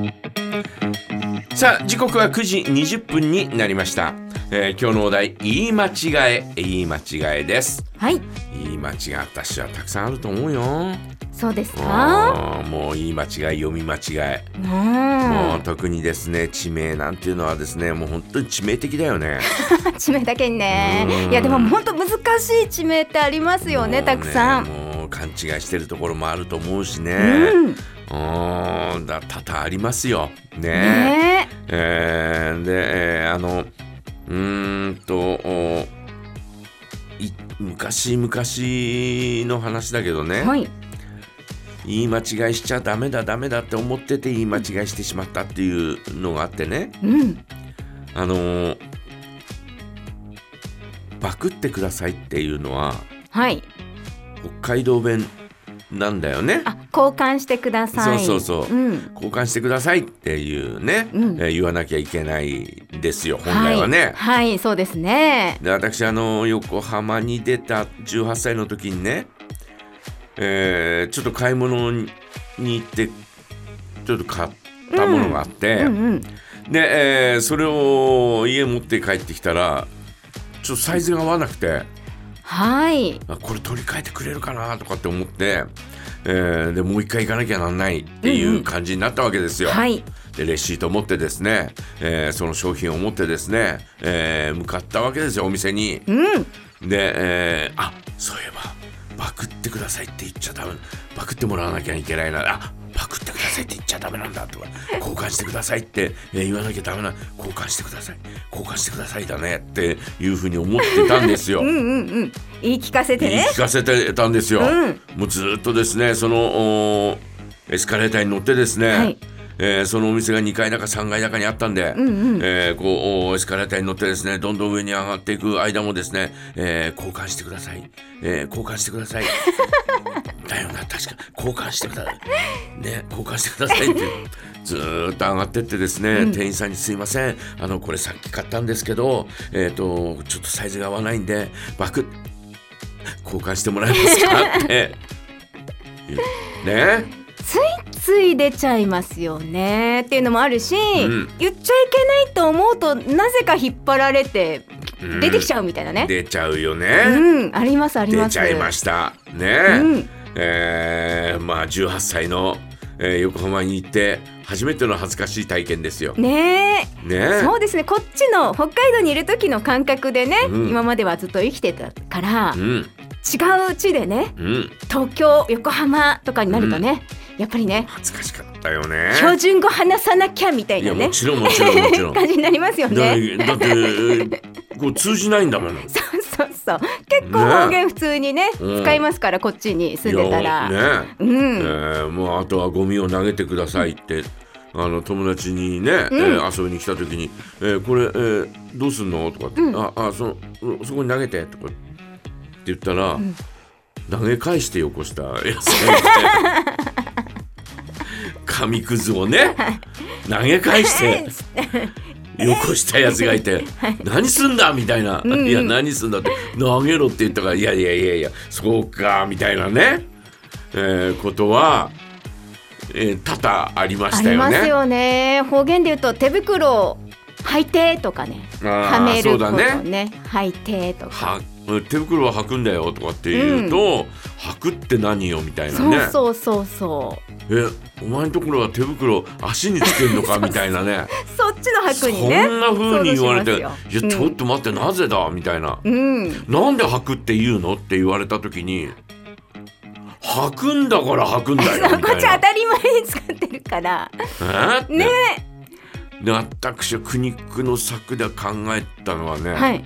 さあ時刻は9時20分になりました。今日のお題、言い間違いです。 はい。 言い間違い、私はたくさんあると思うよ。 そうですか。 もう言い間違い、読み間違い、もう特にですね、地名なんていうのはですね、もう本当に致命的だよね。 地名だけにね。いやでも本当難しい地名ってありますよね、たくさん。 もう勘違いしてるところもあると思うしね。多々ありますよね。で、昔の話だけどね、はい、言い間違いしちゃダメだって思ってて言い間違いしてしまったっていうのがあってね、バクってくださいっていうのは、はい、北海道弁なんだよね。 交換してください。 そう、交換してくださいっていうね、言わなきゃいけないですよ、本来はね。 はい、そうですね。 で、私横浜に出た18歳の時にね、ちょっと買い物に行ってちょっと買ったものがあって、で、それを家持って帰ってきたらちょっとサイズが合わなくて、はい、これ取り替えてくれるかなとかって思って、でもう一回行かなきゃなんないっていう感じになったわけですよ。はい、でレシートを持ってですね、その商品を持ってですね、向かったわけですよ、お店に。で、そういえばバクってくださいって言っちゃダメ、バクってもらわなきゃいけないな、バクってくださいって言っちゃダメなんだとか、交換してくださいって、言わなきゃダメな、交換してくださいだねっていうふうに思ってたんですよ。 言い聞かせてね。 言い聞かせてたんですよ。もうずっとですね、そのエスカレーターに乗ってですね、はい、そのお店が2階だか3階だかにあったんで、こうエスカレーターに乗ってですね、どんどん上に上がっていく間もですね、交換してください、交換してくださいだよな、確か交換してくださいね、交換してくださいってずーっと上がってってですね、店員さんにすいません、これさっき買ったんですけど、ちょっとサイズが合わないんで交換してもらえますかってね。 つい出ちゃいますよねっていうのもあるし、言っちゃいけないと思うとなぜか引っ張られて出てきちゃうみたいなね。 出ちゃうよね。 あります。 出ちゃいましたね。18歳の、横浜に行って初めての恥ずかしい体験ですよ。ね。 そうですね。こっちの北海道にいる時の感覚でね、今まではずっと生きてたから、違う地でね、東京横浜とかになるとね、やっぱりね、 恥ずかしかったよね。 標準語話さなきゃみたいなね。 もちろん感じになりますよね。 だってこう通じないんだもん。 そう結構方言普通にね、使いますから、こっちに住んでたらもうあとはゴミを投げてくださいって友達にね、遊びに来た時に、これ、どうすんのとかって、そこに投げてとかって言ったら、投げ返してよこしたやつがいて紙くずをね投げ返してよこしたやつがいて何すんだみたいな、いや何すんだって投げろって言ったから、いやそうかみたいなね、ことは、多々ありましたよね。 ありますよね。方言で言うと手袋履いてとかね、はめることね、履いてとか、 手袋は履くんだよとかって言うと、履くって何よみたいなね。 そうお前のところは手袋足につけるのかみたいなねそっちの履くにね、 そんな風に言われて、いやちょっと待って、なぜだみたいな、なんで履くって言うのって言われた時に、履くんだから履くんだよみたいなこっち当たり前に使ってるからね。 で、私は苦肉の策で考えたのはね、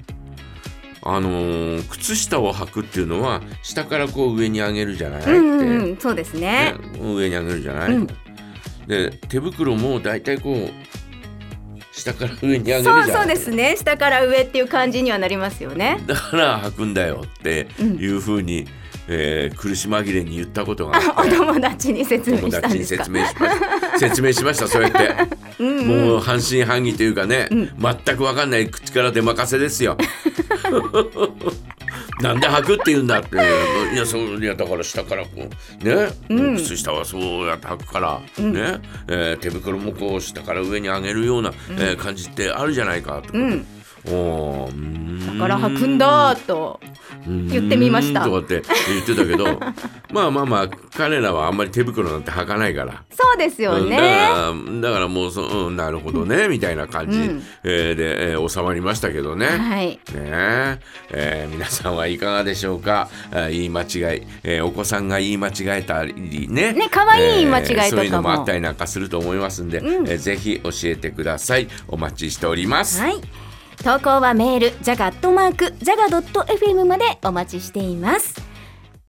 靴下を履くっていうのは下からこう上に上げるじゃない、 そうですね、 上に上げるじゃない、で手袋もだいたいこう下から上に上げるじゃない。 そうですね、下から上っていう感じにはなりますよね。 だから履くんだよっていう風に、苦し紛れに言ったことがあって、 お友達に説明したんですか。 説明しました。そうやってもう半信半疑というかね、全く分かんない口から出任せですよなんで履くって言うんだっていやだから下からこうね、靴下はそうやって履くから、ね手袋もこう下から上に上げるような、感じってあるじゃないかとか、 だから履くんだと言ってみましたとかって言ってたけどまあ彼らはあんまり手袋なんて履かないから。 そうですよね、 だからもうなるほどねみたいな感じ、で、収まりましたけどね。 はいね皆さんはいかがでしょうか。言い間違い、お子さんが言い間違えたりね可愛い言い間違いとかも、 そういうのもあったりなんかすると思いますんで、ぜひ教えてください。お待ちしております。 はい、投稿はメールjaga@jaga.fm までお待ちしています。